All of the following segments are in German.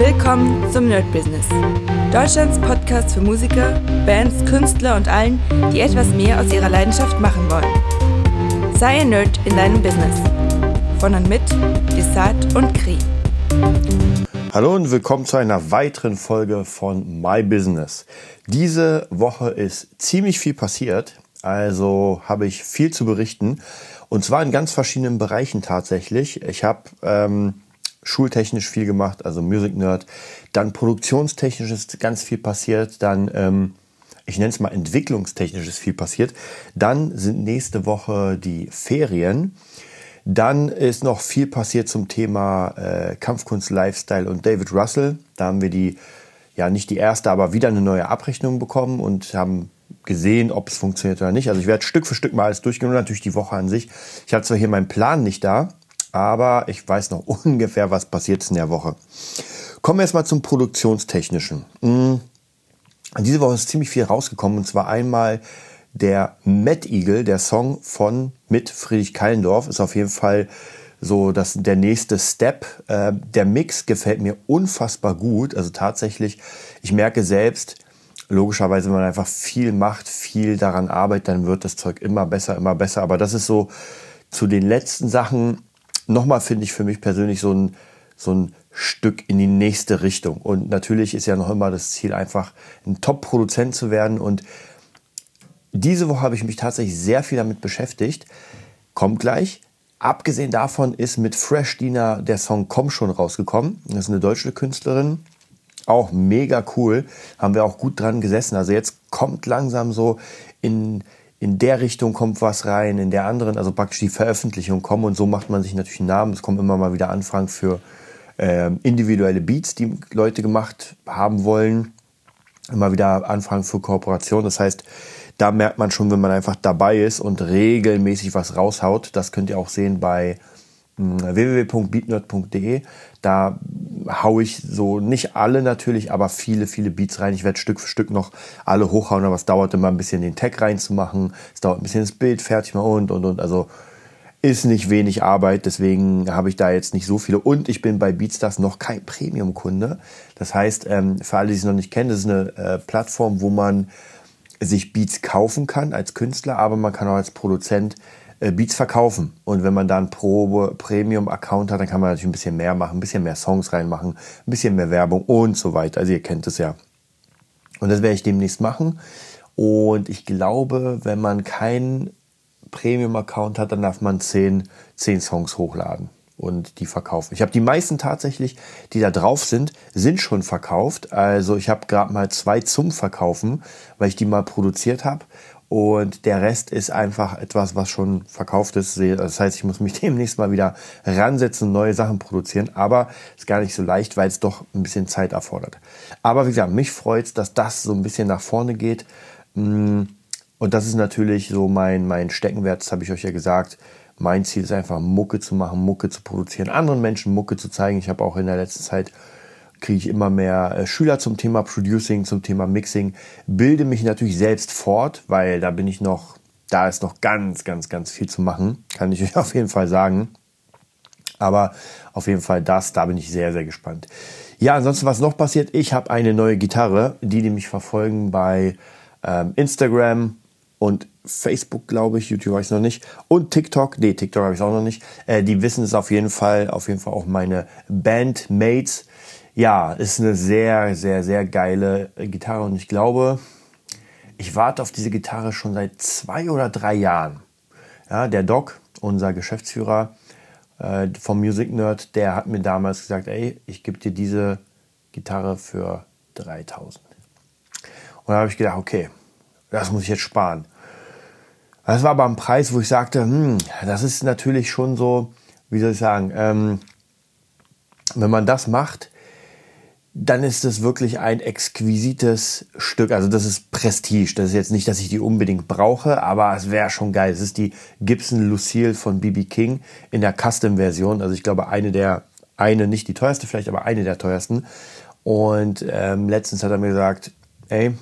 Willkommen zum Nerd Business. Deutschlands Podcast für Musiker, Bands, Künstler und allen, die etwas mehr aus ihrer Leidenschaft machen wollen. Sei ein Nerd in deinem Business. Von und mit Desart und Kri. Hallo und willkommen zu einer weiteren Folge von My Business. Diese Woche ist ziemlich viel passiert, also habe ich viel zu berichten. Und zwar in ganz verschiedenen Bereichen tatsächlich. Ich habe schultechnisch viel gemacht, also Music Nerd. Dann produktionstechnisch ist ganz viel passiert. Dann, ich nenne es mal entwicklungstechnisch ist viel passiert. Dann sind nächste Woche die Ferien. Dann ist noch viel passiert zum Thema Kampfkunst, Lifestyle und David Russell. Da haben wir nicht die erste, aber wieder eine neue Abrechnung bekommen und haben gesehen, ob es funktioniert oder nicht. Also ich werde Stück für Stück mal alles durchgehen und natürlich die Woche an sich. Ich habe zwar hier meinen Plan nicht da, aber ich weiß noch ungefähr, was passiert ist in der Woche. Kommen wir jetzt mal zum Produktionstechnischen. Diese Woche ist ziemlich viel rausgekommen, und zwar einmal der Mad Eagle, der Song mit Friedrich Kallendorf, ist auf jeden Fall so der nächste Step. Der Mix gefällt mir unfassbar gut. Also tatsächlich, ich merke selbst, logischerweise, wenn man einfach viel macht, viel daran arbeitet, dann wird das Zeug immer besser, immer besser. Aber das ist so zu den letzten Sachen nochmal, finde ich, für mich persönlich so ein Stück in die nächste Richtung. Und natürlich ist ja noch immer das Ziel, einfach ein Top-Produzent zu werden. Und diese Woche habe ich mich tatsächlich sehr viel damit beschäftigt. Kommt gleich. Abgesehen davon ist mit Fresh Dina der Song Komm schon rausgekommen. Das ist eine deutsche Künstlerin. Auch mega cool. Haben wir auch gut dran gesessen. Also jetzt kommt langsam so in der Richtung kommt was rein, in der anderen, also praktisch die Veröffentlichung kommen, und so macht man sich natürlich einen Namen. Es kommen immer mal wieder Anfragen für individuelle Beats, die Leute gemacht haben wollen. Immer wieder Anfragen für Kooperation. Das heißt, da merkt man schon, wenn man einfach dabei ist und regelmäßig was raushaut. Das könnt ihr auch sehen bei www.beatnerd.de. Da haue ich so nicht alle natürlich, aber viele Beats rein. Ich werde Stück für Stück noch alle hochhauen, aber es dauert immer ein bisschen, den Tag reinzumachen. Es dauert ein bisschen, das Bild fertig machen und. Also ist nicht wenig Arbeit, deswegen habe ich da jetzt nicht so viele. Und ich bin bei Beatstars noch kein Premium-Kunde. Das heißt, für alle, die es noch nicht kennen, das ist eine Plattform, wo man sich Beats kaufen kann als Künstler, aber man kann auch als Produzent Beats verkaufen. Und wenn man da einen Premium-Account hat, dann kann man natürlich ein bisschen mehr machen, ein bisschen mehr Songs reinmachen, ein bisschen mehr Werbung und so weiter. Also ihr kennt es ja. Und das werde ich demnächst machen. Und ich glaube, wenn man keinen Premium-Account hat, dann darf man 10 Songs hochladen und die verkaufen. Ich habe die meisten tatsächlich, die da drauf sind schon verkauft. Also ich habe gerade mal 2 zum Verkaufen, weil ich die mal produziert habe. Und der Rest ist einfach etwas, was schon verkauft ist. Das heißt, ich muss mich demnächst mal wieder ransetzen und neue Sachen produzieren. Aber ist gar nicht so leicht, weil es doch ein bisschen Zeit erfordert. Aber wie gesagt, mich freut es, dass das so ein bisschen nach vorne geht. Und das ist natürlich so mein Steckenwert, das habe ich euch ja gesagt. Mein Ziel ist einfach, Mucke zu machen, Mucke zu produzieren, anderen Menschen Mucke zu zeigen. Ich habe auch in der letzten Zeit, kriege ich immer mehr Schüler zum Thema Producing, zum Thema Mixing. Bilde mich natürlich selbst fort, weil da ist noch ganz viel zu machen. Kann ich euch auf jeden Fall sagen. Aber auf jeden Fall da bin ich sehr, sehr gespannt. Ja, ansonsten, was noch passiert? Ich habe eine neue Gitarre, die mich verfolgen bei Instagram und Facebook, glaube ich, YouTube weiß ich noch nicht, und TikTok, TikTok habe ich auch noch nicht, die wissen es auf jeden Fall auch meine Bandmates. Ja, ist eine sehr, sehr, sehr geile Gitarre, und ich glaube, ich warte auf diese Gitarre schon seit 2 oder 3 Jahren. Ja, der Doc, unser Geschäftsführer vom Music Nerd, der hat mir damals gesagt, ey, ich gebe dir diese Gitarre für 3.000. Und da habe ich gedacht, okay, das muss ich jetzt sparen. Das war aber ein Preis, wo ich sagte, das ist natürlich schon so, wie soll ich sagen, wenn man das macht, dann ist es wirklich ein exquisites Stück. Also das ist Prestige. Das ist jetzt nicht, dass ich die unbedingt brauche, aber es wäre schon geil. Es ist die Gibson Lucille von B.B. King in der Custom-Version. Also ich glaube, nicht die teuerste vielleicht, aber eine der teuersten. Und letztens hat er mir gesagt, ey,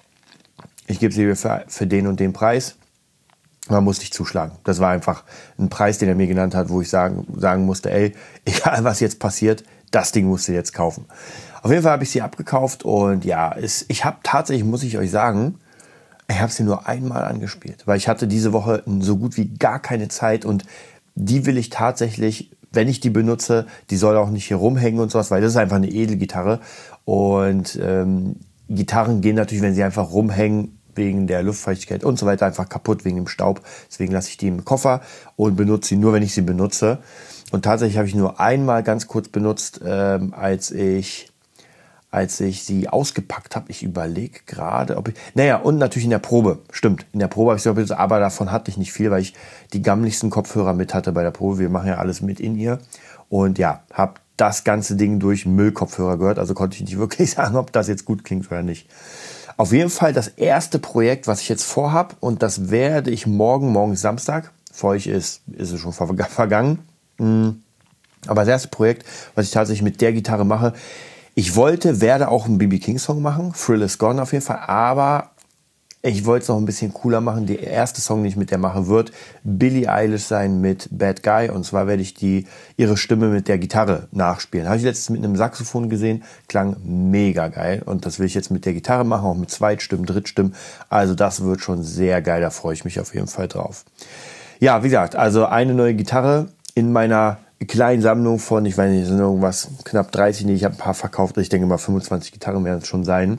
ich gebe sie für den und den Preis. Man muss nicht zuschlagen. Das war einfach ein Preis, den er mir genannt hat, wo ich sagen musste, ey, egal was jetzt passiert, das Ding musst du jetzt kaufen. Auf jeden Fall habe ich sie abgekauft und ja, ich habe tatsächlich, muss ich euch sagen, ich habe sie nur einmal angespielt, weil ich hatte diese Woche so gut wie gar keine Zeit und die will ich tatsächlich, wenn ich die benutze, die soll auch nicht hier rumhängen und sowas, weil das ist einfach eine Edelgitarre und Gitarren gehen natürlich, wenn sie einfach rumhängen, wegen der Luftfeuchtigkeit und so weiter, einfach kaputt wegen dem Staub. Deswegen lasse ich die im Koffer und benutze sie nur, wenn ich sie benutze. Und tatsächlich habe ich nur einmal ganz kurz benutzt, als ich sie ausgepackt habe. Ich überlege gerade, ob ich... Naja, und natürlich in der Probe. Stimmt, in der Probe habe ich sie auch benutzt, aber davon hatte ich nicht viel, weil ich die gammeligsten Kopfhörer mit hatte bei der Probe. Wir machen ja alles mit in ihr. Und ja, habe das ganze Ding durch Müllkopfhörer gehört. Also konnte ich nicht wirklich sagen, ob das jetzt gut klingt oder nicht. Auf jeden Fall das erste Projekt, was ich jetzt vorhab, und das werde ich morgen ist Samstag, für euch ist es schon vergangen, aber das erste Projekt, was ich tatsächlich mit der Gitarre mache, werde auch einen B.B. King Song machen, Thrill Is Gone auf jeden Fall, aber ich wollte es noch ein bisschen cooler machen. Der erste Song, den ich mit der mache, wird Billie Eilish sein mit Bad Guy. Und zwar werde ich ihre Stimme mit der Gitarre nachspielen. Habe ich letztens mit einem Saxophon gesehen. Klang mega geil. Und das will ich jetzt mit der Gitarre machen, auch mit Zweitstimmen, Drittstimmen. Also das wird schon sehr geil. Da freue ich mich auf jeden Fall drauf. Ja, wie gesagt, also eine neue Gitarre in meiner kleinen Sammlung von, ich weiß nicht, sind irgendwas knapp 30. Nee, ich habe ein paar verkauft. Ich denke mal 25 Gitarren werden es schon sein.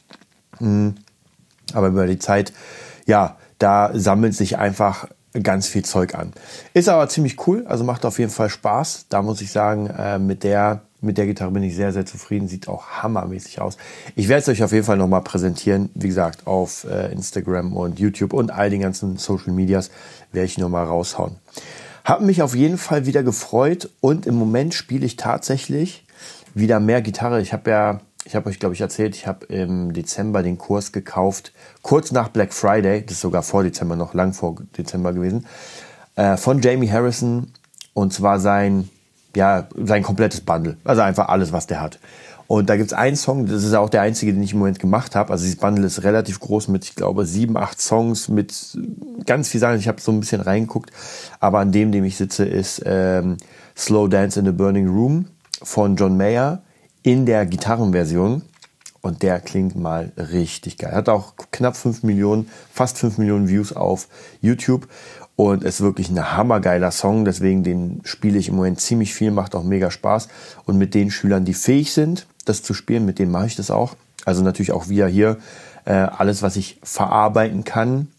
Aber über die Zeit, ja, da sammelt sich einfach ganz viel Zeug an. Ist aber ziemlich cool, also macht auf jeden Fall Spaß. Da muss ich sagen, mit der Gitarre bin ich sehr, sehr zufrieden. Sieht auch hammermäßig aus. Ich werde es euch auf jeden Fall nochmal präsentieren. Wie gesagt, auf Instagram und YouTube und all den ganzen Social Medias werde ich nochmal raushauen. Hab mich auf jeden Fall wieder gefreut und im Moment spiele ich tatsächlich wieder mehr Gitarre. Ich habe euch, glaube ich, erzählt, ich habe im Dezember den Kurs gekauft, kurz nach Black Friday, das ist sogar vor Dezember, noch lang vor Dezember gewesen, von Jamie Harrison, und zwar sein komplettes Bundle, also einfach alles, was der hat. Und da gibt es einen Song, das ist auch der einzige, den ich im Moment gemacht habe, also dieses Bundle ist relativ groß mit, ich glaube, 7, 8 Songs mit ganz viel Sachen, ich habe so ein bisschen reingeguckt, aber an dem ich sitze, ist Slow Dance in the Burning Room von John Mayer, in der Gitarrenversion, und der klingt mal richtig geil. Hat auch knapp 5 Millionen, fast 5 Millionen Views auf YouTube und ist wirklich ein hammergeiler Song, deswegen den spiele ich im Moment ziemlich viel, macht auch mega Spaß, und mit den Schülern, die fähig sind, das zu spielen, mit denen mache ich das auch. Also natürlich auch wieder hier alles, was ich verarbeiten kann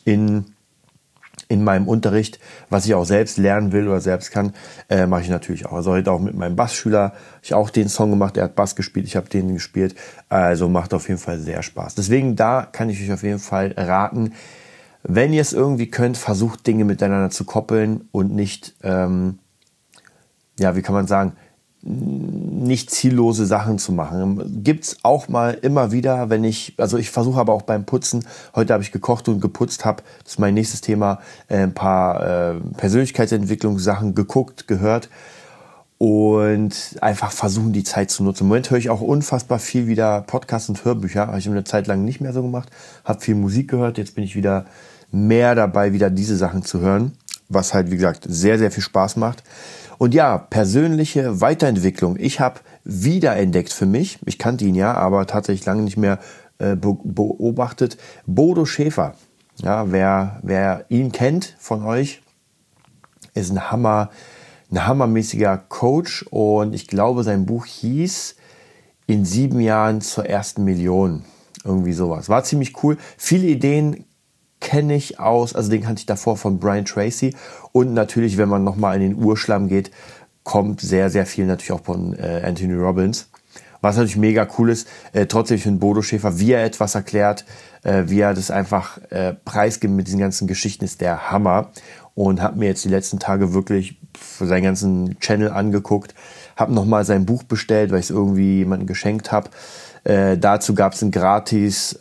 in meinem Unterricht, was ich auch selbst lernen will oder selbst kann, mache ich natürlich auch. Also heute auch mit meinem Bassschüler habe ich auch den Song gemacht, er hat Bass gespielt, ich habe den gespielt, also macht auf jeden Fall sehr Spaß. Deswegen da kann ich euch auf jeden Fall raten, wenn ihr es irgendwie könnt, versucht Dinge miteinander zu koppeln und nicht, wie kann man sagen, nicht ziellose Sachen zu machen. Gibt's auch mal immer wieder, ich versuche aber auch beim Putzen, heute habe ich gekocht und geputzt, das ist mein nächstes Thema, ein paar Persönlichkeitsentwicklungssachen geguckt, gehört und einfach versuchen, die Zeit zu nutzen. Im Moment höre ich auch unfassbar viel wieder Podcasts und Hörbücher, habe ich eine Zeit lang nicht mehr so gemacht, habe viel Musik gehört, jetzt bin ich wieder mehr dabei, wieder diese Sachen zu hören, was halt, wie gesagt, sehr, sehr viel Spaß macht. Und ja, persönliche Weiterentwicklung. Ich habe wiederentdeckt für mich, ich kannte ihn ja, aber tatsächlich lange nicht mehr beobachtet, Bodo Schäfer. Ja, wer ihn kennt von euch, ist ein hammermäßiger Coach, und ich glaube, sein Buch hieß In 7 Jahren zur ersten Million. Irgendwie sowas. War ziemlich cool. Viele Ideen kenne ich den kannte ich davor von Brian Tracy, und natürlich, wenn man nochmal in den Urschlamm geht, kommt sehr, sehr viel natürlich auch von Anthony Robbins, was natürlich mega cool ist. Trotzdem, ich finde Bodo Schäfer, wie er etwas erklärt, wie er das einfach preisgibt mit diesen ganzen Geschichten, ist der Hammer, und habe mir jetzt die letzten Tage wirklich für seinen ganzen Channel angeguckt, habe nochmal sein Buch bestellt, weil ich es irgendwie jemandem geschenkt habe. Dazu gab es einen gratis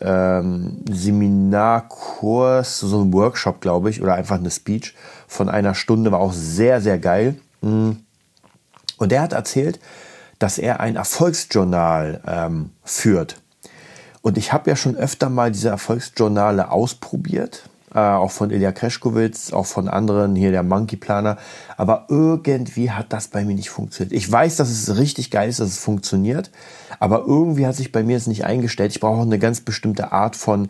Seminarkurs, so ein Workshop, glaube ich, oder einfach eine Speech von 1 Stunde, war auch sehr, sehr geil. Und er hat erzählt, dass er ein Erfolgsjournal führt. Und ich habe ja schon öfter mal diese Erfolgsjournale ausprobiert, auch von Ilya Kreschkowitz, auch von anderen, hier der Monkey Planer. Aber irgendwie hat das bei mir nicht funktioniert. Ich weiß, dass es richtig geil ist, dass es funktioniert, aber irgendwie hat sich bei mir es nicht eingestellt. Ich brauche auch eine ganz bestimmte Art von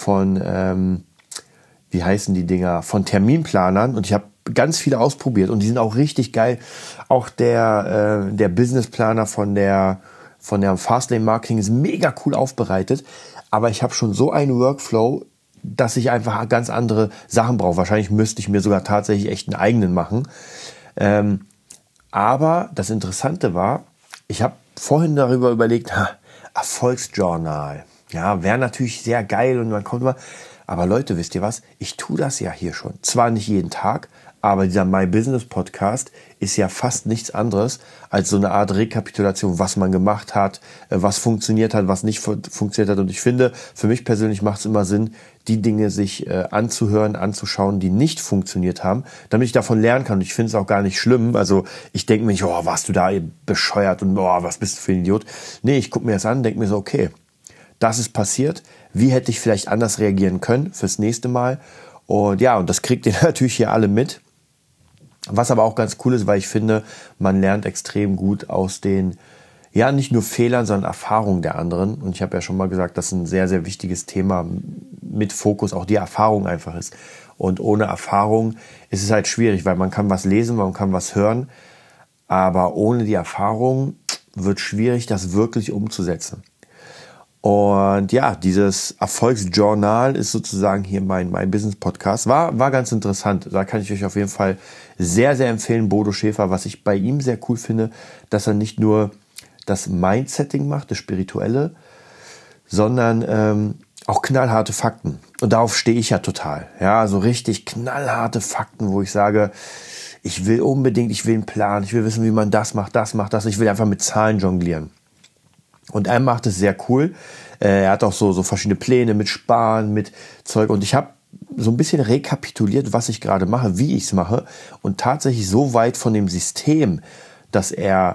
wie heißen die Dinger, von Terminplanern, und ich habe ganz viele ausprobiert und die sind auch richtig geil. Auch der Businessplaner von der Fastlane Marketing ist mega cool aufbereitet, aber ich habe schon so einen Workflow, dass ich einfach ganz andere Sachen brauche. Wahrscheinlich müsste ich mir sogar tatsächlich echt einen eigenen machen. Aber das Interessante war, ich habe vorhin darüber überlegt, Erfolgsjournal. Ja, wäre natürlich sehr geil und man kommt immer. Aber Leute, wisst ihr was? Ich tue das ja hier schon. Zwar nicht jeden Tag, aber dieser My Business Podcast ist ja fast nichts anderes als so eine Art Rekapitulation, was man gemacht hat, was funktioniert hat, was nicht funktioniert hat. Und ich finde, für mich persönlich macht es immer Sinn, die Dinge sich anzuhören, anzuschauen, die nicht funktioniert haben, damit ich davon lernen kann. Und ich finde es auch gar nicht schlimm. Also ich denke mir nicht, oh, warst du da bescheuert und oh, was bist du für ein Idiot. Nee, ich gucke mir das an, denke mir so, okay, das ist passiert. Wie hätte ich vielleicht anders reagieren können fürs nächste Mal? Und ja, und das kriegt ihr natürlich hier alle mit. Was aber auch ganz cool ist, weil ich finde, man lernt extrem gut aus den, ja, nicht nur Fehlern, sondern Erfahrungen der anderen. Und ich habe ja schon mal gesagt, dass ein sehr, sehr wichtiges Thema mit Fokus auch die Erfahrung einfach ist. Und ohne Erfahrung ist es halt schwierig, weil man kann was lesen, man kann was hören, aber ohne die Erfahrung wird es schwierig, das wirklich umzusetzen. Und ja, dieses Erfolgsjournal ist sozusagen hier mein Business Podcast. War ganz interessant. Da kann ich euch auf jeden Fall sehr, sehr empfehlen, Bodo Schäfer. Was ich bei ihm sehr cool finde, dass er nicht nur das Mindsetting macht, das Spirituelle, sondern auch knallharte Fakten. Und darauf stehe ich ja total. Ja, so richtig knallharte Fakten, wo ich sage, ich will einen Plan, ich will wissen, wie man das macht. Ich will einfach mit Zahlen jonglieren. Und er macht es sehr cool. Er hat auch so verschiedene Pläne mit Sparen, mit Zeug. Und ich habe so ein bisschen rekapituliert, was ich gerade mache, wie ich es mache. Und tatsächlich so weit von dem System, dass er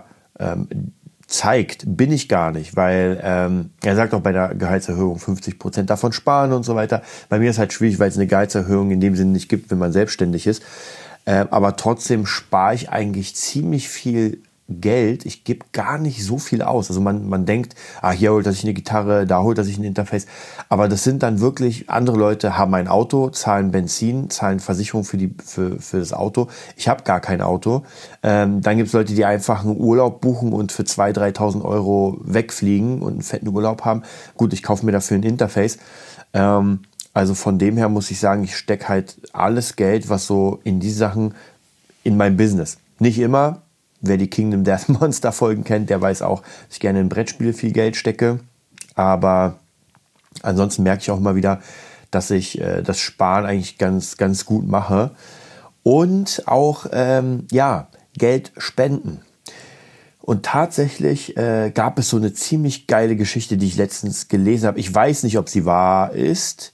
zeigt, bin ich gar nicht. Weil er sagt auch bei der Gehaltserhöhung 50% davon sparen und so weiter. Bei mir ist halt schwierig, weil es eine Gehaltserhöhung in dem Sinne nicht gibt, wenn man selbstständig ist. Aber trotzdem spare ich eigentlich ziemlich viel Geld. Ich gebe gar nicht so viel aus. Also man denkt, hier holt er sich eine Gitarre, da holt er sich ein Interface. Aber das sind dann wirklich, andere Leute haben ein Auto, zahlen Benzin, zahlen Versicherung für das Auto. Ich habe gar kein Auto. Dann gibt es Leute, die einfach einen Urlaub buchen und für 2.000, 3.000 Euro wegfliegen und einen fetten Urlaub haben. Gut, ich kaufe mir dafür ein Interface. Also von dem her muss ich sagen, ich stecke halt alles Geld, was so in die Sachen, in mein Business. Nicht immer. Wer die Kingdom Death Monster Folgen kennt, der weiß auch, dass ich gerne in Brettspiele viel Geld stecke. Aber ansonsten merke ich auch immer wieder, dass ich das Sparen eigentlich ganz, ganz gut mache. Und auch, Geld spenden. Und tatsächlich gab es so eine ziemlich geile Geschichte, die ich letztens gelesen habe. Ich weiß nicht, ob sie wahr ist.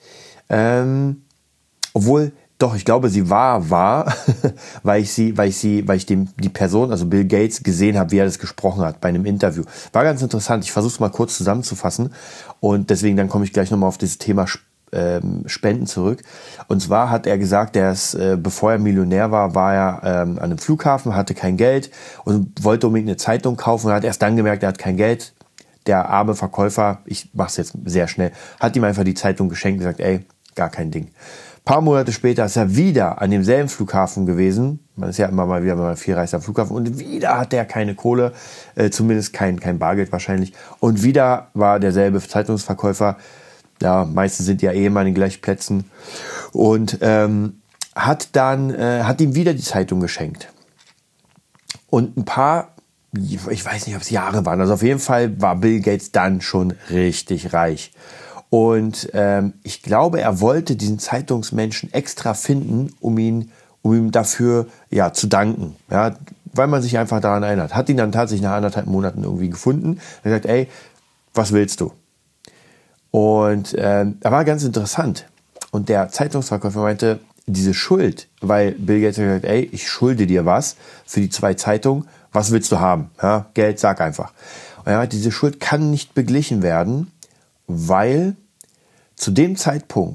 Doch, ich glaube, sie war wahr, weil ich die Person, also Bill Gates, gesehen habe, wie er das gesprochen hat bei einem Interview. War ganz interessant. Ich versuche es mal kurz zusammenzufassen und deswegen dann komme ich gleich nochmal auf dieses Thema Spenden zurück. Und zwar hat er gesagt, bevor er Millionär war er an einem Flughafen, hatte kein Geld und wollte unbedingt eine Zeitung kaufen und hat erst dann gemerkt, er hat kein Geld. Der arme Verkäufer, ich mache es jetzt sehr schnell, hat ihm einfach die Zeitung geschenkt und gesagt, ey, gar kein Ding. Ein paar Monate später ist er wieder an demselben Flughafen gewesen. Man ist ja immer mal wieder, wenn man viel reist am Flughafen. Und wieder hat er keine Kohle, zumindest kein Bargeld wahrscheinlich. Und wieder war derselbe Zeitungsverkäufer, ja, meistens sind die ja immer an den gleichen Plätzen. Und hat ihm wieder die Zeitung geschenkt. Und ein paar, ich weiß nicht, ob es Jahre waren, also auf jeden Fall war Bill Gates dann schon richtig reich. Und ich glaube, er wollte diesen Zeitungsmenschen extra finden, um ihm dafür zu danken. Ja, weil man sich einfach daran erinnert. Hat ihn dann tatsächlich nach 1,5 Monaten irgendwie gefunden. Er hat gesagt, ey, was willst du? Und er war ganz interessant. Und der Zeitungsverkäufer meinte, diese Schuld, weil Bill Gates hat gesagt, ey, ich schulde dir was für die 2 Zeitungen. Was willst du haben? Ja, Geld, sag einfach. Und er meinte, diese Schuld kann nicht beglichen werden, weil zu dem Zeitpunkt,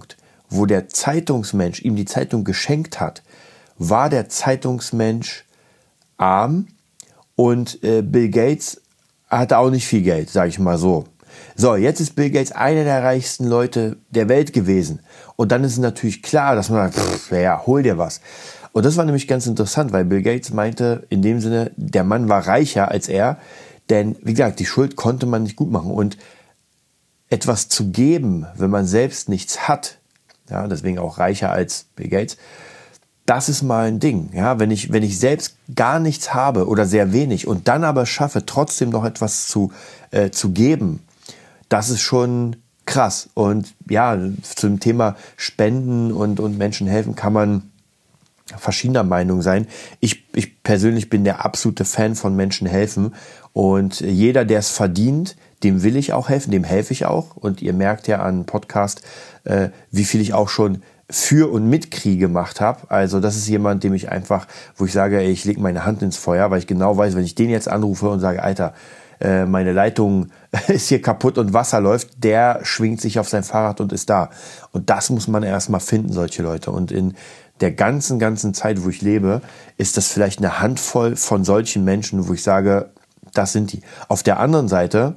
wo der Zeitungsmensch ihm die Zeitung geschenkt hat, war der Zeitungsmensch arm und Bill Gates hatte auch nicht viel Geld, sage ich mal so. So, jetzt ist Bill Gates einer der reichsten Leute der Welt gewesen. Und dann ist es natürlich klar, dass man sagt, ja, hol dir was. Und das war nämlich ganz interessant, weil Bill Gates meinte in dem Sinne, der Mann war reicher als er, denn wie gesagt, die Schuld konnte man nicht gut machen. Und etwas zu geben, wenn man selbst nichts hat, ja, deswegen auch reicher als Bill Gates, das ist mal ein Ding. Ja, wenn ich selbst gar nichts habe oder sehr wenig und dann aber schaffe, trotzdem noch etwas zu geben, das ist schon krass. Und ja, zum Thema Spenden und Menschen helfen kann man verschiedener Meinung sein. Ich persönlich bin der absolute Fan von Menschen helfen und jeder, der es verdient, dem will ich auch helfen, dem helfe ich auch. Und ihr merkt ja an Podcast, wie viel ich auch schon für und mit Krieg gemacht habe. Also das ist jemand, dem ich einfach, wo ich sage, ey, ich lege meine Hand ins Feuer, weil ich genau weiß, wenn ich den jetzt anrufe und sage, Alter, meine Leitung ist hier kaputt und Wasser läuft, der schwingt sich auf sein Fahrrad und ist da. Und das muss man erstmal finden, solche Leute. Und in der ganzen Zeit, wo ich lebe, ist das vielleicht eine Handvoll von solchen Menschen, wo ich sage, das sind die. Auf der anderen Seite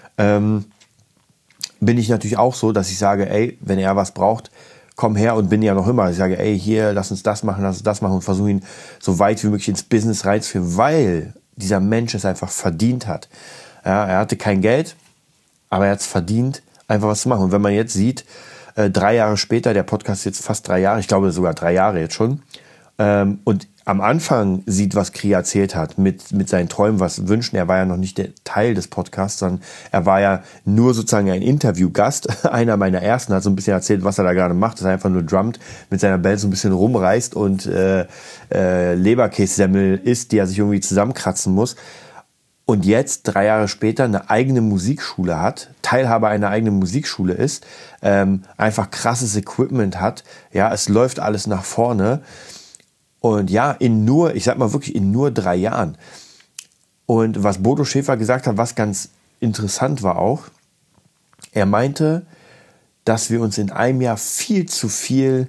bin ich natürlich auch so, dass ich sage, ey, wenn er was braucht, komm her, und bin ja noch immer. Ich sage, ey, hier, lass uns das machen und versuche ihn so weit wie möglich ins Business reinzuführen, weil dieser Mensch es einfach verdient hat. Ja, er hatte kein Geld, aber er hat es verdient, einfach was zu machen. Und wenn man jetzt sieht, 3 Jahre später, der Podcast ist jetzt fast 3 Jahre, ich glaube sogar 3 Jahre jetzt schon, und am Anfang sieht, was Kri erzählt hat mit seinen Träumen, was Wünschen. Er war ja noch nicht der Teil des Podcasts, sondern er war ja nur sozusagen ein Interviewgast. Einer meiner ersten hat so ein bisschen erzählt, was er da gerade macht, dass er einfach nur drummt, mit seiner Band so ein bisschen rumreißt und Leberkässemmel isst, die er sich irgendwie zusammenkratzen muss. Und jetzt, 3 Jahre später, eine eigene Musikschule hat, Teilhaber einer eigenen Musikschule ist, einfach krasses Equipment hat. Ja, es läuft alles nach vorne. Und ja, ich sag mal wirklich in nur 3 Jahren. Und was Bodo Schäfer gesagt hat, was ganz interessant war auch, er meinte, dass wir uns in einem Jahr viel zu viel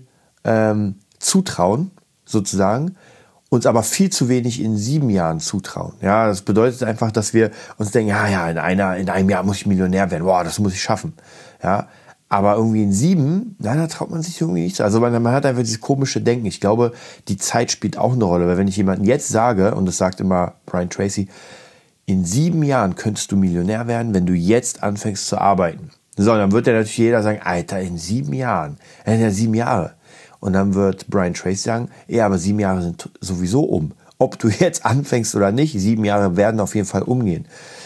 zutrauen, sozusagen, uns aber viel zu wenig in 7 Jahren zutrauen. Ja, das bedeutet einfach, dass wir uns denken, ja, in einem Jahr muss ich Millionär werden, wow, das muss ich schaffen. Ja, aber irgendwie in 7, da traut man sich irgendwie nichts. Also man hat einfach dieses komische Denken. Ich glaube, die Zeit spielt auch eine Rolle. Weil wenn ich jemandem jetzt sage, und das sagt immer Brian Tracy, in 7 Jahren könntest du Millionär werden, wenn du jetzt anfängst zu arbeiten. So, dann wird ja natürlich jeder sagen, Alter, in 7 Jahren. Ja, 7 Jahre. Und dann wird Brian Tracy sagen, ja, aber 7 Jahre sind sowieso um. Ob du jetzt anfängst oder nicht, 7 Jahre werden auf jeden Fall umgehen.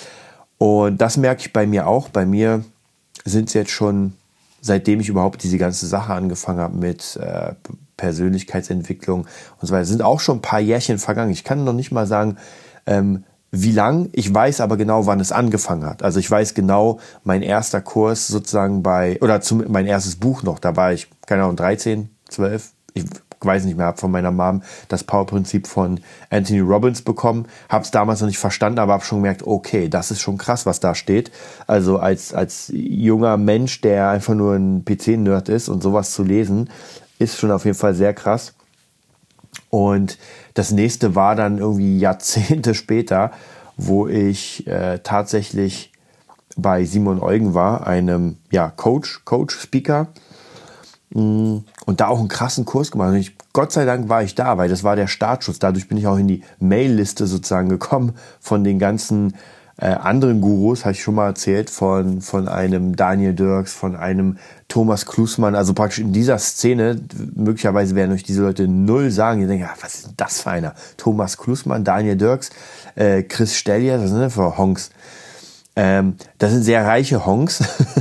Und das merke ich bei mir auch. Bei mir sind es jetzt schon, seitdem ich überhaupt diese ganze Sache angefangen habe mit Persönlichkeitsentwicklung und so weiter, sind auch schon ein paar Jährchen vergangen. Ich kann noch nicht mal sagen, wie lang. Ich weiß aber genau, wann es angefangen hat. Also ich weiß genau, mein erster Kurs sozusagen mein erstes Buch noch, da war ich, keine Ahnung, 13, 12, ich weiß nicht mehr, habe von meiner Mom das Power-Prinzip von Anthony Robbins bekommen, habe es damals noch nicht verstanden, aber habe schon gemerkt, okay, das ist schon krass, was da steht. Also als junger Mensch, der einfach nur ein PC-Nerd ist und sowas zu lesen, ist schon auf jeden Fall sehr krass. Und das nächste war dann irgendwie Jahrzehnte später, wo ich tatsächlich bei Simon Eugen war, einem Coach, Speaker, und da auch einen krassen Kurs gemacht. Und Gott sei Dank war ich da, weil das war der Startschuss. Dadurch bin ich auch in die Mail-Liste sozusagen gekommen von den ganzen anderen Gurus, habe ich schon mal erzählt, von einem Daniel Dirks, von einem Thomas Klusmann. Also praktisch in dieser Szene, möglicherweise werden euch diese Leute null sagen. Ihr denkt, was ist denn das für einer? Thomas Klusmann, Daniel Dirks, Chris Stellier, was sind das für Honks? Das sind sehr reiche Honks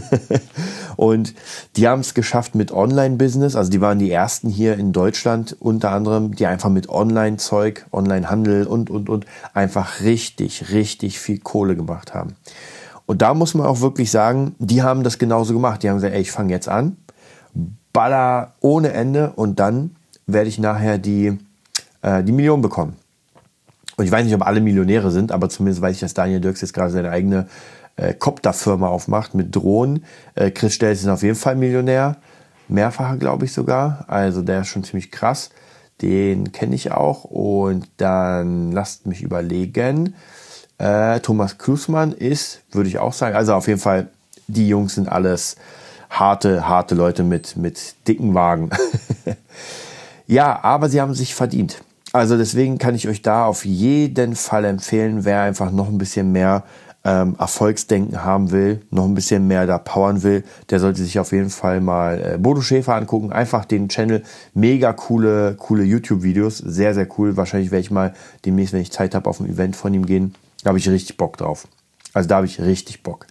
und die haben es geschafft mit Online-Business, also die waren die ersten hier in Deutschland unter anderem, die einfach mit Online-Zeug, Online-Handel und einfach richtig viel Kohle gemacht haben. Und da muss man auch wirklich sagen, die haben das genauso gemacht. Die haben gesagt, ey, ich fange jetzt an, baller ohne Ende und dann werde ich nachher die Million bekommen. Und ich weiß nicht, ob alle Millionäre sind, aber zumindest weiß ich, dass Daniel Dirks jetzt gerade seine eigene Copter-Firma aufmacht mit Drohnen. Chris Stellies ist auf jeden Fall Millionär. mehrfacher, glaube ich sogar. Also der ist schon ziemlich krass. Den kenne ich auch. Und dann lasst mich überlegen. Thomas Klusmann ist, würde ich auch sagen, also auf jeden Fall, die Jungs sind alles harte Leute mit dicken Wagen. Ja, aber sie haben sich verdient. Also deswegen kann ich euch da auf jeden Fall empfehlen, wer einfach noch ein bisschen mehr Erfolgsdenken haben will, noch ein bisschen mehr da powern will, der sollte sich auf jeden Fall mal Bodo Schäfer angucken. Einfach den Channel, mega coole YouTube-Videos, sehr, sehr cool. Wahrscheinlich werde ich mal demnächst, wenn ich Zeit habe, auf ein Event von ihm gehen. Da habe ich richtig Bock drauf. Also da habe ich richtig Bock.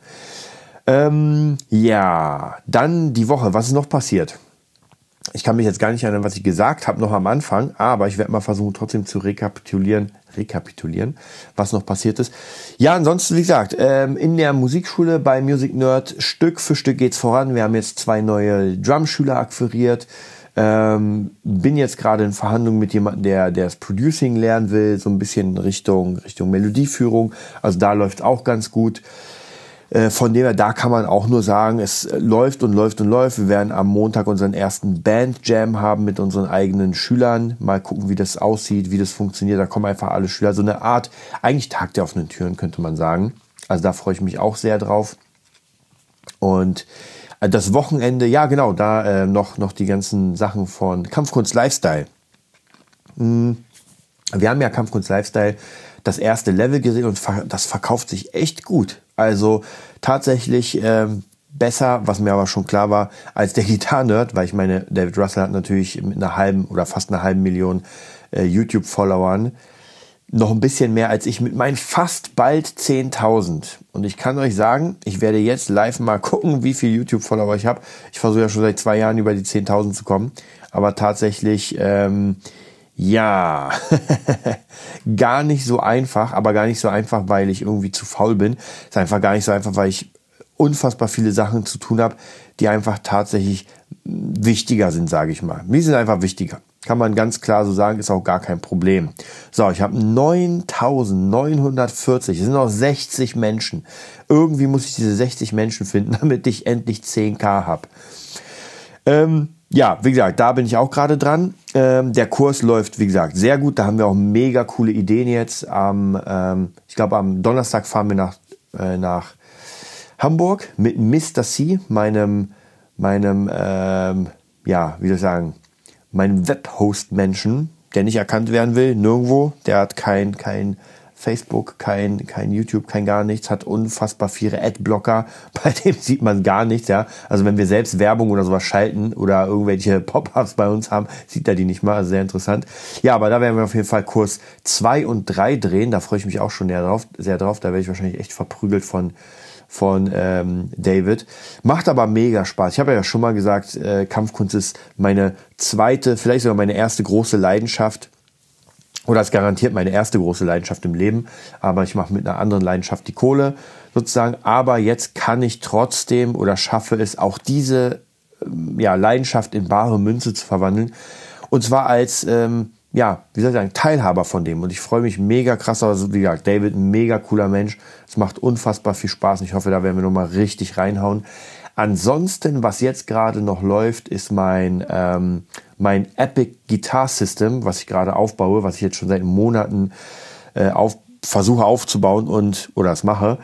Ja, dann die Woche. Was ist noch passiert? Ich kann mich jetzt gar nicht erinnern, was ich gesagt habe, noch am Anfang, aber ich werde mal versuchen, trotzdem zu rekapitulieren, was noch passiert ist. Ja, ansonsten, wie gesagt, in der Musikschule bei Music Nerd, Stück für Stück geht's voran. Wir haben jetzt 2 neue Drumschüler akquiriert. Bin jetzt gerade in Verhandlungen mit jemandem, der das Producing lernen will, so ein bisschen Richtung Melodieführung. Also da läuft auch ganz gut. Von dem her, da kann man auch nur sagen, es läuft und läuft und läuft. Wir werden am Montag unseren ersten Band-Jam haben mit unseren eigenen Schülern. Mal gucken, wie das aussieht, wie das funktioniert. Da kommen einfach alle Schüler. So eine Art, eigentlich Tag der offenen Türen, könnte man sagen. Also da freue ich mich auch sehr drauf. Und das Wochenende, ja genau, da noch die ganzen Sachen von Kampfkunst Lifestyle. Wir haben ja Kampfkunst Lifestyle das erste Level gesehen und das verkauft sich echt gut. Also tatsächlich besser, was mir aber schon klar war, als der Gitarren-Nerd, weil ich meine, David Russell hat natürlich mit einer halben oder fast einer halben Million YouTube-Followern noch ein bisschen mehr als ich mit meinen fast bald 10.000. Und ich kann euch sagen, ich werde jetzt live mal gucken, wie viele YouTube-Follower ich habe. Ich versuche ja schon seit 2 Jahren über die 10.000 zu kommen. Aber tatsächlich, ja, gar nicht so einfach, aber gar nicht so einfach, weil ich irgendwie zu faul bin. Ist einfach gar nicht so einfach, weil ich unfassbar viele Sachen zu tun habe, die einfach tatsächlich wichtiger sind, sage ich mal. Die sind einfach wichtiger. Kann man ganz klar so sagen, ist auch gar kein Problem. So, ich habe 9.940, es sind noch 60 Menschen. Irgendwie muss ich diese 60 Menschen finden, damit ich endlich 10.000 habe. Ja, wie gesagt, da bin ich auch gerade dran. Der Kurs läuft, wie gesagt, sehr gut. Da haben wir auch mega coole Ideen jetzt. Ich glaube, am Donnerstag fahren wir nach Hamburg mit Mr. C, meinem Webhost-Menschen, der nicht erkannt werden will, nirgendwo. Der hat kein Facebook, kein YouTube, kein gar nichts, hat unfassbar viele Adblocker, bei dem sieht man gar nichts, ja. Also wenn wir selbst Werbung oder sowas schalten oder irgendwelche Pop-ups bei uns haben, sieht er die nicht mal, also sehr interessant. Ja, aber da werden wir auf jeden Fall Kurs 2 und 3 drehen, da freue ich mich auch schon sehr drauf, da werde ich wahrscheinlich echt verprügelt von David. Macht aber mega Spaß. Ich habe ja schon mal gesagt, Kampfkunst ist meine zweite, vielleicht sogar meine erste große Leidenschaft. Oder ist garantiert meine erste große Leidenschaft im Leben. Aber ich mache mit einer anderen Leidenschaft die Kohle sozusagen. Aber jetzt kann ich trotzdem oder schaffe es auch diese Leidenschaft in bare Münze zu verwandeln. Und zwar als Teilhaber von dem. Und ich freue mich mega krass. Also wie gesagt, David, ein mega cooler Mensch. Es macht unfassbar viel Spaß. Und ich hoffe, da werden wir nochmal richtig reinhauen. Ansonsten, was jetzt gerade noch läuft, ist mein Epic Guitar System, was ich gerade aufbaue, was ich jetzt schon seit Monaten versuche aufzubauen oder es mache.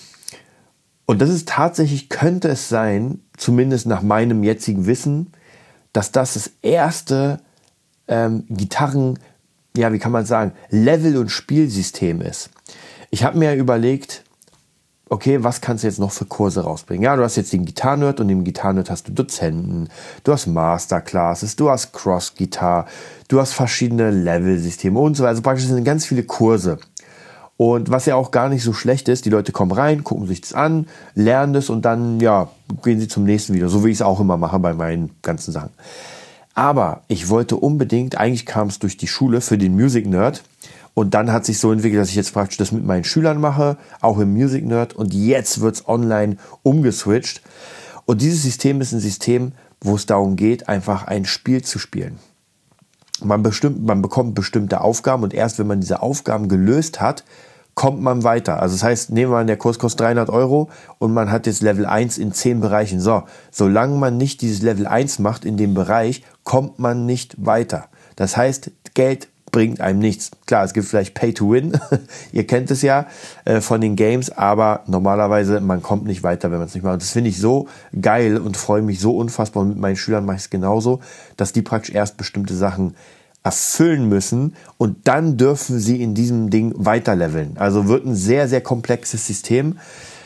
Und das ist tatsächlich, könnte es sein, zumindest nach meinem jetzigen Wissen, dass das erste Gitarren, wie kann man sagen, Level- und Spielsystem ist. Ich habe mir überlegt, okay, was kannst du jetzt noch für Kurse rausbringen? Ja, du hast jetzt den Gitarren-Nerd und im Gitarren-Nerd hast du Dozenten, du hast Masterclasses, du hast Cross-Gitar, du hast verschiedene Level-Systeme und so weiter. Also praktisch sind ganz viele Kurse. Und was ja auch gar nicht so schlecht ist, die Leute kommen rein, gucken sich das an, lernen das und dann, gehen sie zum nächsten Video. So wie ich es auch immer mache bei meinen ganzen Sachen. Aber ich wollte unbedingt, eigentlich kam es durch die Schule für den Music Nerd. Und dann hat sich so entwickelt, dass ich jetzt praktisch das mit meinen Schülern mache, auch im Music Nerd. Und jetzt wird's online umgeswitcht. Und dieses System ist ein System, wo es darum geht, einfach ein Spiel zu spielen. Man bekommt bestimmte Aufgaben und erst wenn man diese Aufgaben gelöst hat, kommt man weiter. Also das heißt, nehmen wir an, der Kurs kostet 300 € und man hat jetzt Level 1 in 10 Bereichen. So, solange man nicht dieses Level 1 macht in dem Bereich, kommt man nicht weiter. Das heißt, Geld bringt einem nichts. Klar, es gibt vielleicht Pay to Win, ihr kennt es ja von den Games, aber normalerweise, man kommt nicht weiter, wenn man es nicht macht. Und das finde ich so geil und freue mich so unfassbar. Und mit meinen Schülern mache ich es genauso, dass die praktisch erst bestimmte Sachen erfüllen müssen und dann dürfen sie in diesem Ding weiterleveln. Also wird ein sehr, sehr komplexes System.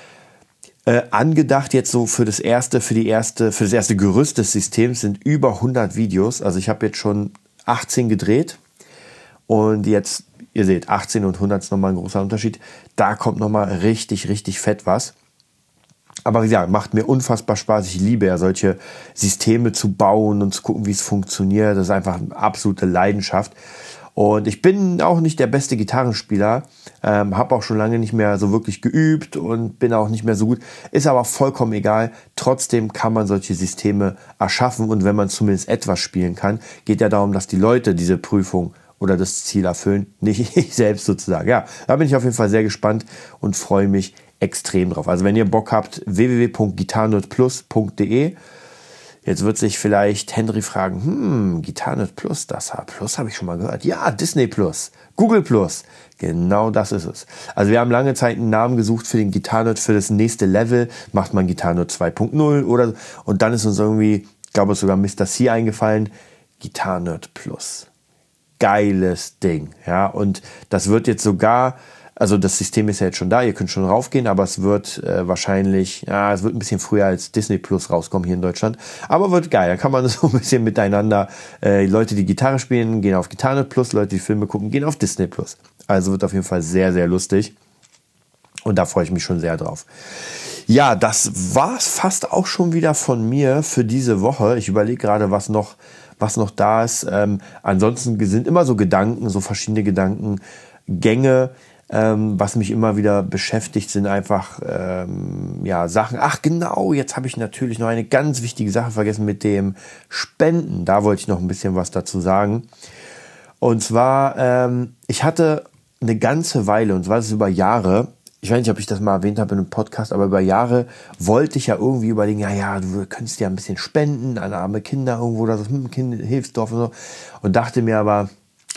Angedacht jetzt so für das erste Gerüst des Systems sind über 100 Videos. Also ich habe jetzt schon 18 gedreht. Und jetzt, ihr seht, 18 und 100 ist nochmal ein großer Unterschied. Da kommt nochmal richtig, richtig fett was. Aber wie gesagt, macht mir unfassbar Spaß. Ich liebe ja solche Systeme zu bauen und zu gucken, wie es funktioniert. Das ist einfach eine absolute Leidenschaft. Und ich bin auch nicht der beste Gitarrenspieler. Habe auch schon lange nicht mehr so wirklich geübt und bin auch nicht mehr so gut. Ist aber vollkommen egal. Trotzdem kann man solche Systeme erschaffen. Und wenn man zumindest etwas spielen kann, geht ja darum, dass die Leute diese Prüfung oder das Ziel erfüllen, nicht ich selbst sozusagen. Ja, da bin ich auf jeden Fall sehr gespannt und freue mich extrem drauf. Also wenn ihr Bock habt, www.gitarrenerdplus.de. Jetzt wird sich vielleicht Henry fragen, Gitarrenerd Plus, das Plus habe ich schon mal gehört. Ja, Disney Plus, Google Plus, genau das ist es. Also wir haben lange Zeit einen Namen gesucht für den Gitarrenerd, für das nächste Level, macht man Gitarrenerd 2.0 oder, und dann ist uns irgendwie, ich glaube sogar Mr. C eingefallen, Gitarrenerd Plus. Geiles Ding, ja, und das wird jetzt sogar, also das System ist ja jetzt schon da, ihr könnt schon raufgehen, aber es wird wahrscheinlich, es wird ein bisschen früher als Disney Plus rauskommen hier in Deutschland, aber wird geil, da kann man so ein bisschen miteinander, Leute, die Gitarre spielen, gehen auf Gitarrenerd Plus, Leute, die Filme gucken, gehen auf Disney Plus, also wird auf jeden Fall sehr, sehr lustig und da freue ich mich schon sehr drauf. Ja, das war's fast auch schon wieder von mir für diese Woche. Ich überlege gerade, was noch da ist. Ansonsten sind immer so Gedanken, so verschiedene Gedankengänge. Was mich immer wieder beschäftigt, sind einfach Sachen. Ach genau, jetzt habe ich natürlich noch eine ganz wichtige Sache vergessen mit dem Spenden. Da wollte ich noch ein bisschen was dazu sagen. Und zwar, ich hatte eine ganze Weile, und zwar ist es über Jahre, ich weiß nicht, ob ich das mal erwähnt habe in einem Podcast, aber über Jahre wollte ich ja irgendwie überlegen, du könntest ja ein bisschen spenden an arme Kinder irgendwo oder so, Hilfsdorf und so. Und dachte mir aber,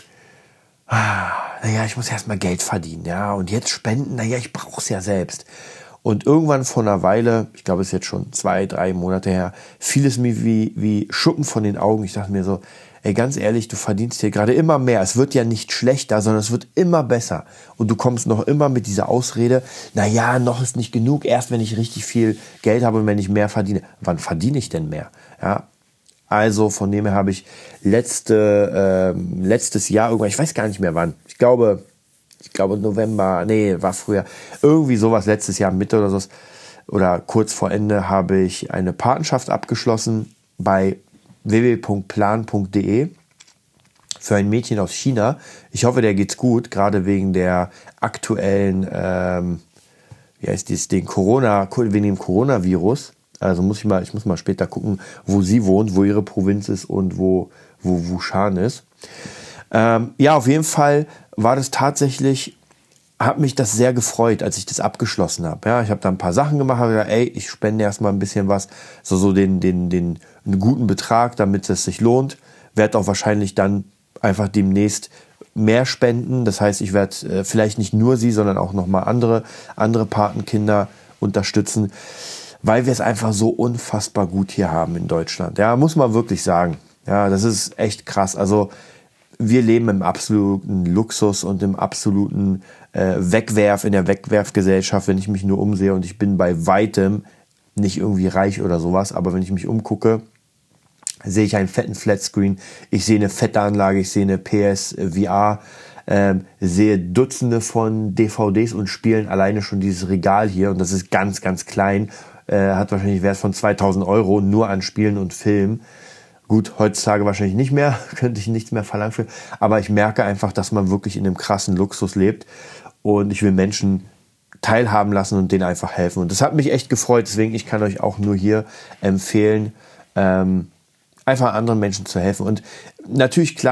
ich muss erst mal Geld verdienen, ja, und jetzt spenden, ich brauche es ja selbst. Und irgendwann vor einer Weile, ich glaube, es ist jetzt schon 2-3 Monate her, fiel es mir wie Schuppen von den Augen. Ich dachte mir so, ganz ehrlich, du verdienst hier gerade immer mehr. Es wird ja nicht schlechter, sondern es wird immer besser. Und du kommst noch immer mit dieser Ausrede, noch ist nicht genug, erst wenn ich richtig viel Geld habe und wenn ich mehr verdiene. Wann verdiene ich denn mehr? Ja. Also von dem her habe ich letztes Jahr irgendwann, ich weiß gar nicht mehr wann, ich glaube November, war früher, irgendwie sowas, letztes Jahr Mitte oder so, oder kurz vor Ende habe ich eine Patenschaft abgeschlossen bei www.plan.de für ein Mädchen aus China. Ich hoffe, der geht's gut, gerade wegen der aktuellen, wegen dem Coronavirus. Also ich muss mal später gucken, wo sie wohnt, wo ihre Provinz ist und wo Wushan ist. Auf jeden Fall war das tatsächlich, hat mich das sehr gefreut, als ich das abgeschlossen habe. Ja, ich habe da ein paar Sachen gemacht, habe gesagt, ich spende erstmal ein bisschen was, so den einen guten Betrag, damit es sich lohnt. Werde auch wahrscheinlich dann einfach demnächst mehr spenden. Das heißt, ich werde vielleicht nicht nur sie, sondern auch nochmal andere Patenkinder unterstützen, weil wir es einfach so unfassbar gut hier haben in Deutschland. Ja, muss man wirklich sagen. Ja, das ist echt krass. Also wir leben im absoluten Luxus und im absoluten in der Wegwerfgesellschaft, wenn ich mich nur umsehe, und ich bin bei weitem nicht irgendwie reich oder sowas, aber wenn ich mich umgucke, sehe ich einen fetten Flatscreen, ich sehe eine fette Anlage, ich sehe eine PSVR, sehe Dutzende von DVDs und Spielen, alleine schon dieses Regal hier, und das ist ganz, ganz klein, hat wahrscheinlich Wert von 2.000 € nur an Spielen und Filmen. Gut, heutzutage wahrscheinlich nicht mehr, könnte ich nichts mehr verlangen für, aber ich merke einfach, dass man wirklich in einem krassen Luxus lebt, und ich will Menschen teilhaben lassen und denen einfach helfen. Und das hat mich echt gefreut, deswegen ich kann euch auch nur hier empfehlen, einfach anderen Menschen zu helfen. Und natürlich klar,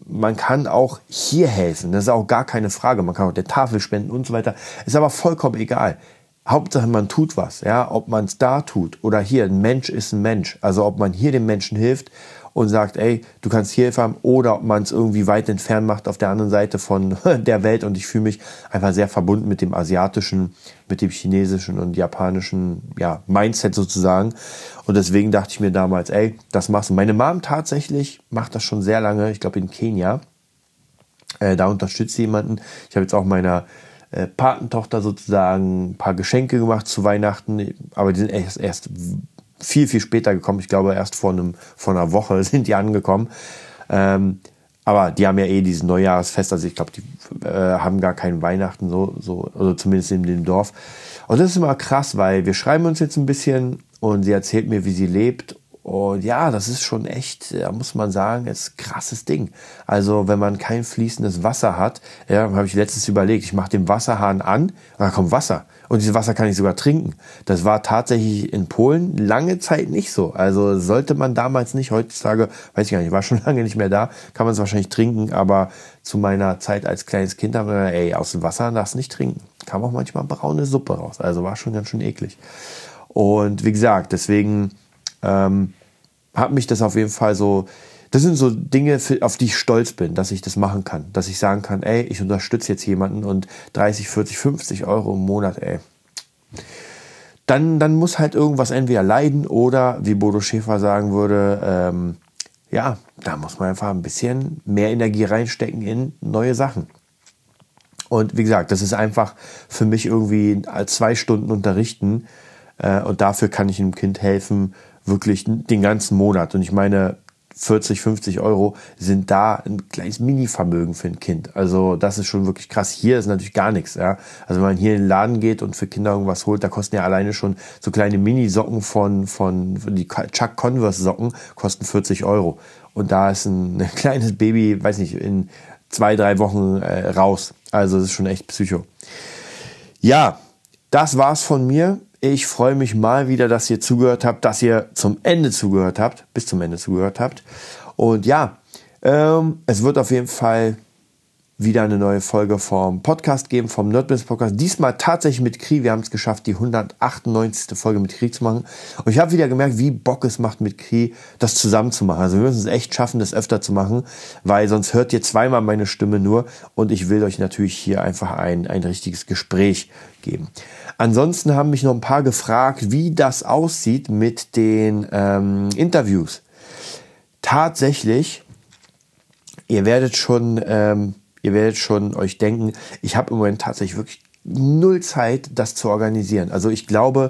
man kann auch hier helfen, das ist auch gar keine Frage. Man kann auch der Tafel spenden und so weiter. Ist aber vollkommen egal. Hauptsache, man tut was, ja, ob man es da tut oder hier, ein Mensch ist ein Mensch. Also ob man hier dem Menschen hilft und sagt, ey, du kannst hier Hilfe haben, oder ob man es irgendwie weit entfernt macht auf der anderen Seite von der Welt. Und ich fühle mich einfach sehr verbunden mit dem asiatischen, mit dem chinesischen und japanischen, ja, Mindset sozusagen. Und deswegen dachte ich mir damals, ey, das machst du. Meine Mom tatsächlich macht das schon sehr lange, ich glaube in Kenia. Da unterstützt sie jemanden. Ich habe jetzt auch meiner Patentochter sozusagen ein paar Geschenke gemacht zu Weihnachten, aber die sind erst viel, viel später gekommen. Ich glaube, erst vor einer Woche sind die angekommen. Aber die haben ja dieses Neujahrsfest, also ich glaube, die haben gar keinen Weihnachten so, also zumindest in dem Dorf. Und das ist immer krass, weil wir schreiben uns jetzt ein bisschen und sie erzählt mir, wie sie lebt. Und ja, das ist schon echt, da muss man sagen, ist ein krasses Ding. Also wenn man kein fließendes Wasser hat, ja, habe ich letztens überlegt, ich mache den Wasserhahn an und da kommt Wasser. Und dieses Wasser kann ich sogar trinken. Das war tatsächlich in Polen lange Zeit nicht so. Also sollte man damals nicht, heutzutage, weiß ich gar nicht, war schon lange nicht mehr da, kann man es wahrscheinlich trinken, aber zu meiner Zeit als kleines Kind haben wir gesagt, ey, aus dem Wasser darfst du nicht trinken. Kam auch manchmal braune Suppe raus, also war schon ganz schön eklig. Und wie gesagt, deswegen hat mich das auf jeden Fall so, das sind so Dinge, auf die ich stolz bin, dass ich das machen kann. Dass ich sagen kann, ey, ich unterstütze jetzt jemanden und 30, 40, 50 Euro im Monat, ey. Dann muss halt irgendwas entweder leiden oder, wie Bodo Schäfer sagen würde, ja, da muss man einfach ein bisschen mehr Energie reinstecken in neue Sachen. Und wie gesagt, das ist einfach für mich irgendwie 2 Stunden unterrichten und dafür kann ich einem Kind helfen, wirklich den ganzen Monat. Und ich meine, 40, 50 Euro sind da ein kleines Mini-Vermögen für ein Kind. Also das ist schon wirklich krass. Hier ist natürlich gar nichts. Ja? Also wenn man hier in den Laden geht und für Kinder irgendwas holt, da kosten ja alleine schon so kleine Mini-Socken von die Chuck Converse Socken kosten 40 Euro. Und da ist ein kleines Baby, weiß nicht, in 2, 3 Wochen raus. Also das ist schon echt Psycho. Ja, das war's von mir. Ich freue mich mal wieder, dass ihr zugehört habt, dass ihr zum Ende zugehört habt, bis zum Ende zugehört habt. Und ja, es wird auf jeden Fall wieder eine neue Folge vom Podcast geben, vom Nerd-Business Podcast. Diesmal tatsächlich mit Kri. Wir haben es geschafft, die 198. Folge mit Kri zu machen. Und ich habe wieder gemerkt, wie Bock es macht, mit Kri das zusammen zu machen. Also wir müssen es echt schaffen, das öfter zu machen, weil sonst hört ihr zweimal meine Stimme nur. Und ich will euch natürlich hier einfach ein richtiges Gespräch geben. Ansonsten haben mich noch ein paar gefragt, wie das aussieht mit den Interviews. Tatsächlich, ihr werdet schon euch denken, ich habe im Moment tatsächlich wirklich 0 Zeit, das zu organisieren. Also ich glaube,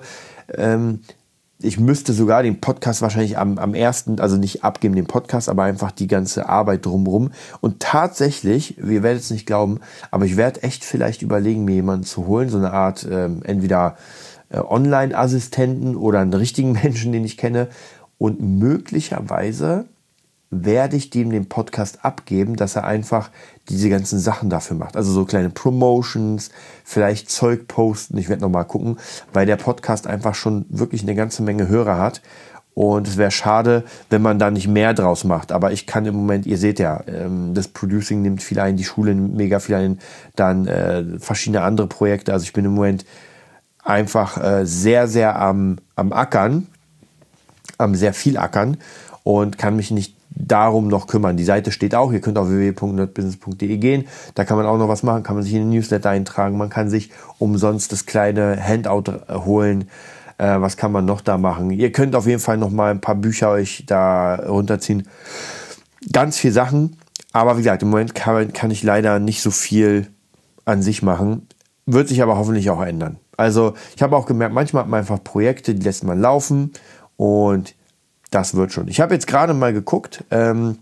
ich müsste sogar den Podcast wahrscheinlich am ersten, also nicht abgeben den Podcast, aber einfach die ganze Arbeit drumherum. Und tatsächlich, ihr werdet es nicht glauben, aber ich werde echt vielleicht überlegen, mir jemanden zu holen, so eine Art entweder Online-Assistenten oder einen richtigen Menschen, den ich kenne. Und möglicherweise werde ich dem den Podcast abgeben, dass er einfach diese ganzen Sachen dafür macht. Also so kleine Promotions, vielleicht Zeug posten. Ich werde nochmal gucken, weil der Podcast einfach schon wirklich eine ganze Menge Hörer hat. Und es wäre schade, wenn man da nicht mehr draus macht. Aber ich kann im Moment, ihr seht ja, das Producing nimmt viel ein, die Schule nimmt mega viel ein, dann verschiedene andere Projekte. Also ich bin im Moment einfach sehr, sehr am Ackern, am sehr viel Ackern und kann mich nicht darum noch kümmern. Die Seite steht auch, ihr könnt auf www.nerdbusiness.de gehen, da kann man auch noch was machen, kann man sich in den Newsletter eintragen, man kann sich umsonst das kleine Handout holen, was kann man noch da machen? Ihr könnt auf jeden Fall noch mal ein paar Bücher euch da runterziehen, ganz viel Sachen, aber wie gesagt, im Moment kann ich leider nicht so viel an sich machen, wird sich aber hoffentlich auch ändern. Also ich habe auch gemerkt, manchmal hat man einfach Projekte, die lässt man laufen und das wird schon. Ich habe jetzt gerade mal geguckt, und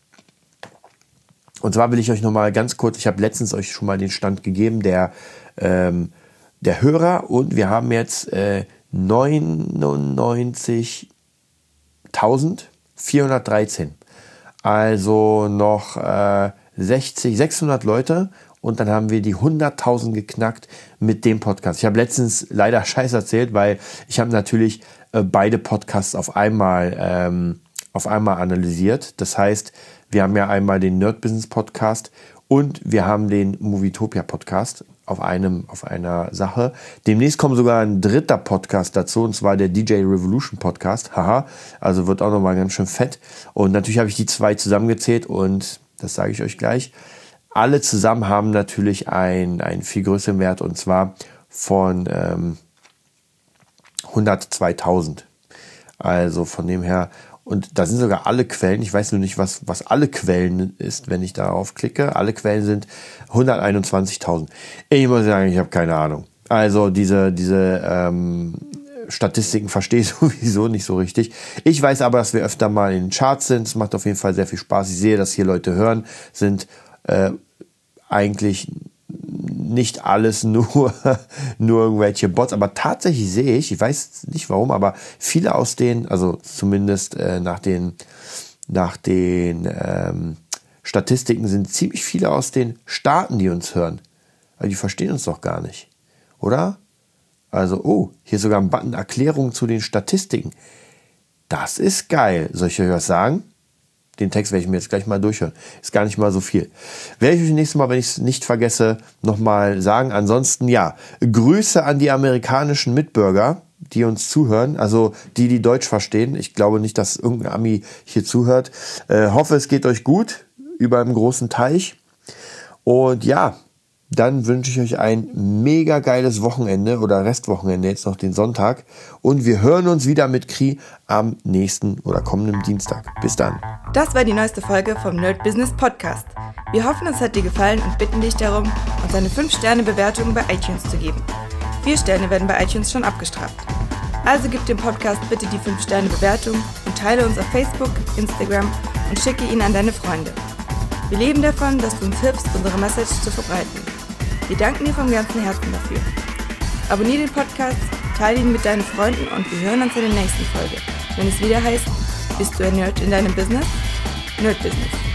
zwar will ich euch noch mal ganz kurz, ich habe letztens euch schon mal den Stand gegeben, der Hörer, und wir haben jetzt 99.413. Also noch 600 Leute und dann haben wir die 100.000 geknackt mit dem Podcast. Ich habe letztens leider Scheiß erzählt, weil ich habe natürlich beide Podcasts auf einmal analysiert. Das heißt, Wir haben ja einmal den Nerd Business Podcast und wir haben den Movietopia Podcast auf einer Sache. Demnächst kommt sogar ein dritter Podcast dazu, und zwar der DJ Revolution Podcast. Haha, also wird auch nochmal ganz schön fett. Und natürlich habe ich die 2 zusammengezählt und das sage ich euch gleich. Alle zusammen haben natürlich einen viel größeren Wert, und zwar von 102.000. Also von dem her, und da sind sogar alle Quellen, ich weiß nur nicht, was alle Quellen ist, wenn ich darauf klicke. Alle Quellen sind 121.000. Ich muss sagen, ich habe keine Ahnung. Also diese Statistiken verstehe ich sowieso nicht so richtig. Ich weiß aber, dass wir öfter mal in den Charts sind. Es macht auf jeden Fall sehr viel Spaß. Ich sehe, dass hier Leute hören, sind eigentlich nicht alles nur irgendwelche Bots, aber tatsächlich sehe ich weiß nicht warum, aber viele aus denen, also zumindest nach den Statistiken sind ziemlich viele aus den Staaten, die uns hören. Aber die verstehen uns doch gar nicht, oder? Also, hier ist sogar ein Button Erklärung zu den Statistiken. Das ist geil. Soll ich euch was sagen? Den Text werde ich mir jetzt gleich mal durchhören. Ist gar nicht mal so viel. Werde ich euch nächstes Mal, wenn ich es nicht vergesse, nochmal sagen. Ansonsten, ja, Grüße an die amerikanischen Mitbürger, die uns zuhören. Also die Deutsch verstehen. Ich glaube nicht, dass irgendein Ami hier zuhört. Hoffe, es geht euch gut über einem großen Teich. Und ja, dann wünsche ich euch ein mega geiles Wochenende oder Restwochenende, jetzt noch den Sonntag. Und wir hören uns wieder mit Kri am nächsten oder kommenden Dienstag. Bis dann. Das war die neueste Folge vom Nerd Business Podcast. Wir hoffen, es hat dir gefallen und bitten dich darum, uns eine 5-Sterne-Bewertung bei iTunes zu geben. 4 Sterne werden bei iTunes schon abgestraft. Also gib dem Podcast bitte die 5-Sterne-Bewertung und teile uns auf Facebook, Instagram und schicke ihn an deine Freunde. Wir leben davon, dass du uns hilfst, unsere Message zu verbreiten. Wir danken dir vom ganzen Herzen dafür. Abonniere den Podcast, teile ihn mit deinen Freunden und wir hören uns in der nächsten Folge, wenn es wieder heißt, bist du ein Nerd in deinem Business? Nerd Business.